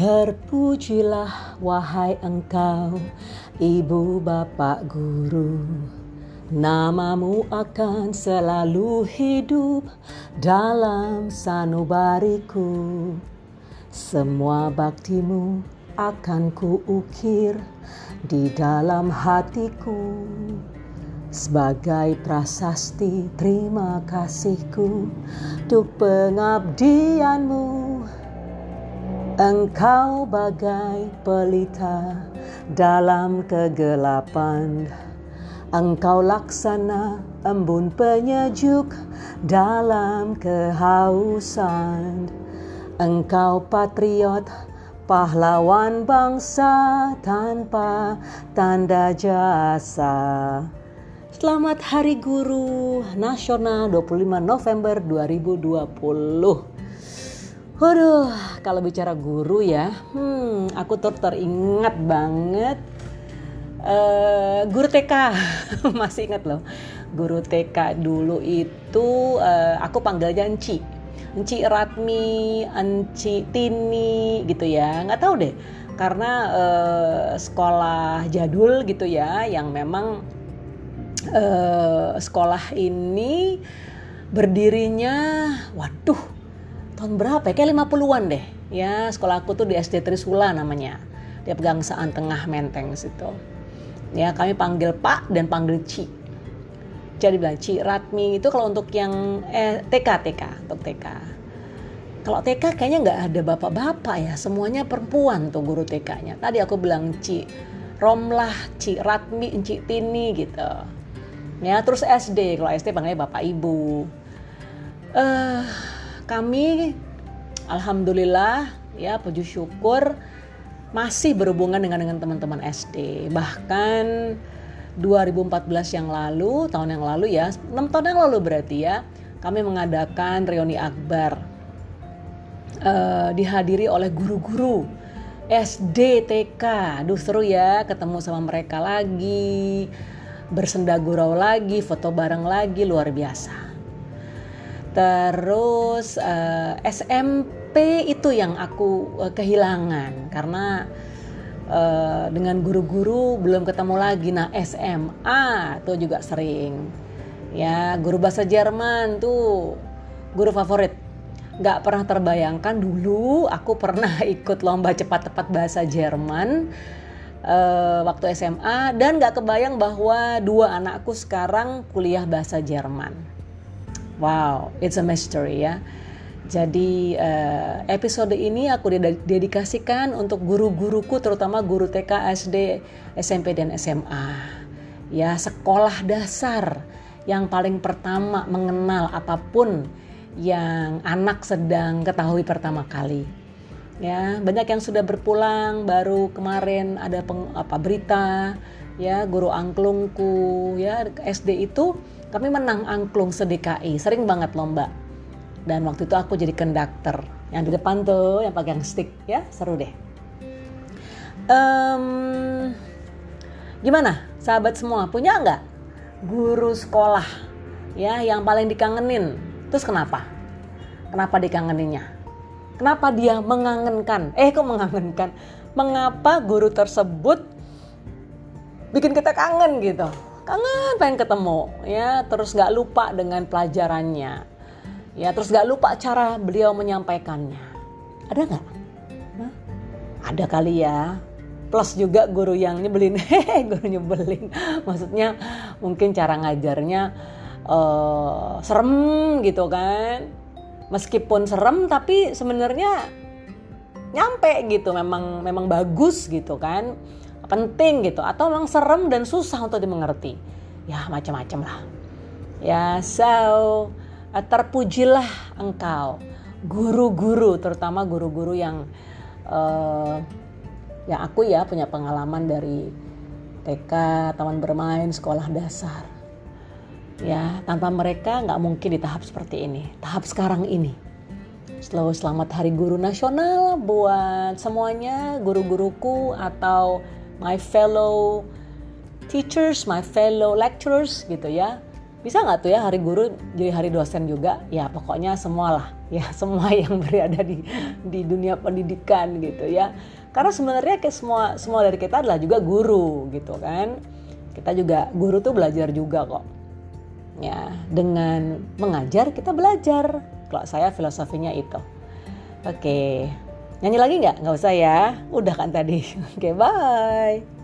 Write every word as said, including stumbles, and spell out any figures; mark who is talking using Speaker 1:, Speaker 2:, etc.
Speaker 1: Terpujilah wahai engkau, ibu bapak guru. Namamu akan selalu hidup dalam sanubariku. Semua baktimu akan kuukir di dalam hatiku. Sebagai prasasti terima kasihku untuk pengabdianmu. Engkau bagai pelita dalam kegelapan. Engkau laksana embun penyejuk dalam kehausan. Engkau patriot, pahlawan bangsa tanpa tanda jasa. Selamat Hari Guru Nasional dua puluh lima November dua ribu dua puluh. Waduh, kalau bicara guru ya, hmm, aku tuh teringat banget uh, guru T K. Masih ingat loh, guru T K dulu itu uh, aku panggilnya Enci, Enci Ratmi, Enci Tini gitu ya. Nggak tahu deh, karena uh, sekolah jadul gitu ya, yang memang uh, sekolah ini berdirinya, waduh, tahun berapa ya? Kayak lima puluhan deh. Ya, sekolah aku tuh di S D Trisula namanya. Di Pegangsaan Tengah Menteng situ. Ya, kami panggil Pak dan panggil Ci. Jadi bilang Ci Ratmi itu kalau untuk yang eh, T K, T K, untuk T K. Kalau T K kayaknya nggak ada bapak-bapak ya. Semuanya perempuan tuh guru T K-nya. Tadi aku bilang Ci Romlah, Ci Ratmi, Ci Tini gitu. Ya, terus S D. Kalau S D panggilnya bapak ibu. Eh... Uh, Kami alhamdulillah ya puji syukur masih berhubungan dengan dengan teman-teman S D. Bahkan dua ribu empat belas yang lalu, tahun yang lalu ya, enam tahun yang lalu berarti ya, kami mengadakan reuni akbar uh, dihadiri oleh guru-guru S D T K. Aduh seru ya, ketemu sama mereka lagi, bersenda gurau lagi, foto bareng lagi, luar biasa. Terus uh, S M P itu yang aku uh, kehilangan karena uh, dengan guru-guru belum ketemu lagi. Nah S M A tuh juga sering. Ya guru bahasa Jerman tuh guru favorit. Gak pernah terbayangkan dulu aku pernah ikut lomba cepat-cepat bahasa Jerman uh, waktu S M A. Dan gak kebayang bahwa dua anakku sekarang kuliah bahasa Jerman. Wow, it's a mystery ya. Jadi uh, episode ini aku dedikasikan untuk guru-guruku, terutama guru T K, S D, S M P dan S M A. Ya, sekolah dasar yang paling pertama mengenal apapun yang anak sedang ketahui pertama kali. Ya, banyak yang sudah berpulang, baru kemarin ada peng, apa berita ya guru angklungku ya S D itu kami menang angklung se-D K I, sering banget lomba. Dan waktu itu aku jadi konduktor. Yang di depan tuh, yang pegang stick, ya seru deh. Um, gimana, sahabat semua, punya nggak guru sekolah, ya yang paling dikangenin? Terus kenapa? Kenapa dikangeninnya? Kenapa dia mengangenkan? Eh, kok mengangenkan? Mengapa guru tersebut bikin kita kangen gitu? Kangen pengen ketemu ya, terus gak lupa dengan pelajarannya ya, terus gak lupa cara beliau menyampaikannya. Ada gak? Hah? Ada kali ya. Plus juga guru yang nyebelin. Hehe, guru nyebelin. Maksudnya mungkin cara ngajarnya uh, serem gitu kan. Meskipun serem tapi sebenarnya nyampe gitu, memang memang bagus gitu kan, penting gitu, atau memang serem dan susah untuk dimengerti. Ya macam-macam lah. Ya so terpujilah engkau guru-guru, terutama guru-guru yang uh, ya aku ya punya pengalaman dari T K, taman bermain, sekolah dasar. Ya tanpa mereka nggak mungkin di tahap seperti ini, tahap sekarang ini. Selalu selamat Hari Guru Nasional buat semuanya, guru-guruku atau my fellow teachers, my fellow lecturers gitu ya. Bisa nggak tuh ya hari guru jadi hari dosen juga? Ya pokoknya semualah ya, semua yang berada di di dunia pendidikan gitu ya. Karena sebenarnya kayak semua semua dari kita adalah juga guru gitu kan. Kita juga guru tuh belajar juga kok. Ya, dengan mengajar kita belajar. Kalau saya filosofinya itu. Oke. Nyanyi lagi nggak? Nggak usah ya. Udah kan tadi. Oke, bye.